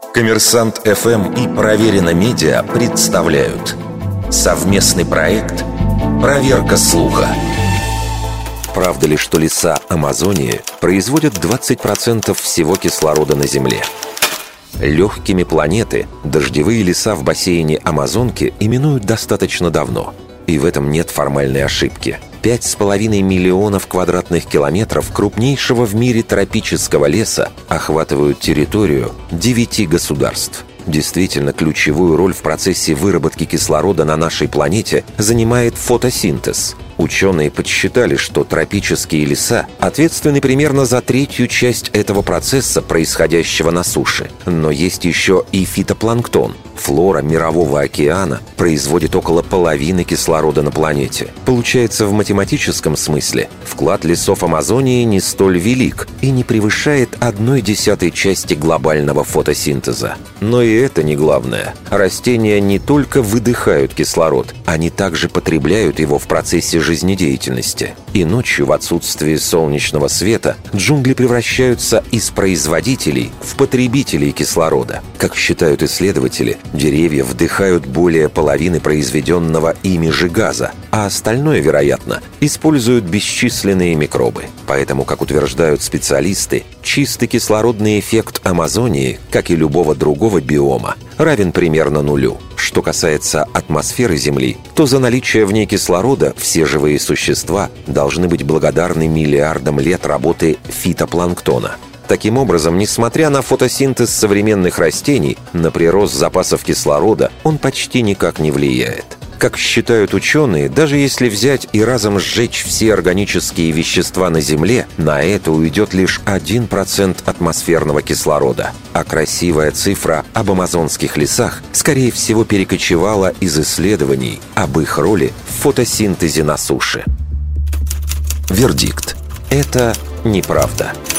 Коммерсант ФМ и Проверено Медиа представляют совместный проект «Проверка слуха». Правда ли, что леса Амазонии производят 20% всего кислорода на Земле? Легкими планеты дождевые леса в бассейне Амазонки именуют достаточно давно. И в этом нет формальной ошибки. 5,5 миллионов квадратных километров крупнейшего в мире тропического леса охватывают территорию 9 государств. Действительно, ключевую роль в процессе выработки кислорода на нашей планете занимает фотосинтез. Ученые подсчитали, что тропические леса ответственны примерно за третью часть этого процесса, происходящего на суше. Но есть еще и фитопланктон. Флора Мирового океана производит около половины кислорода на планете. Получается, в математическом смысле вклад лесов Амазонии не столь велик и не превышает 1/10 части глобального фотосинтеза. Но и это не главное. Растения не только выдыхают кислород, они также потребляют его в процессе жизнедеятельности. И ночью, в отсутствии солнечного света, джунгли превращаются из производителей в потребителей кислорода. Как считают исследователи, деревья вдыхают более половины произведенного ими же газа, а остальное, вероятно, используют бесчисленные микробы. Поэтому, как утверждают специалисты, чистый кислородный эффект Амазонии, как и любого другого биома, равен примерно нулю. Что касается атмосферы Земли, то за наличие в ней кислорода все живые существа должны быть благодарны миллиардам лет работы фитопланктона. Таким образом, несмотря на фотосинтез современных растений, на прирост запасов кислорода он почти никак не влияет. Как считают ученые, даже если взять и разом сжечь все органические вещества на Земле, на это уйдет лишь 1% атмосферного кислорода. А красивая цифра об амазонских лесах, скорее всего, перекочевала из исследований об их роли в фотосинтезе на суше. Вердикт. Это неправда.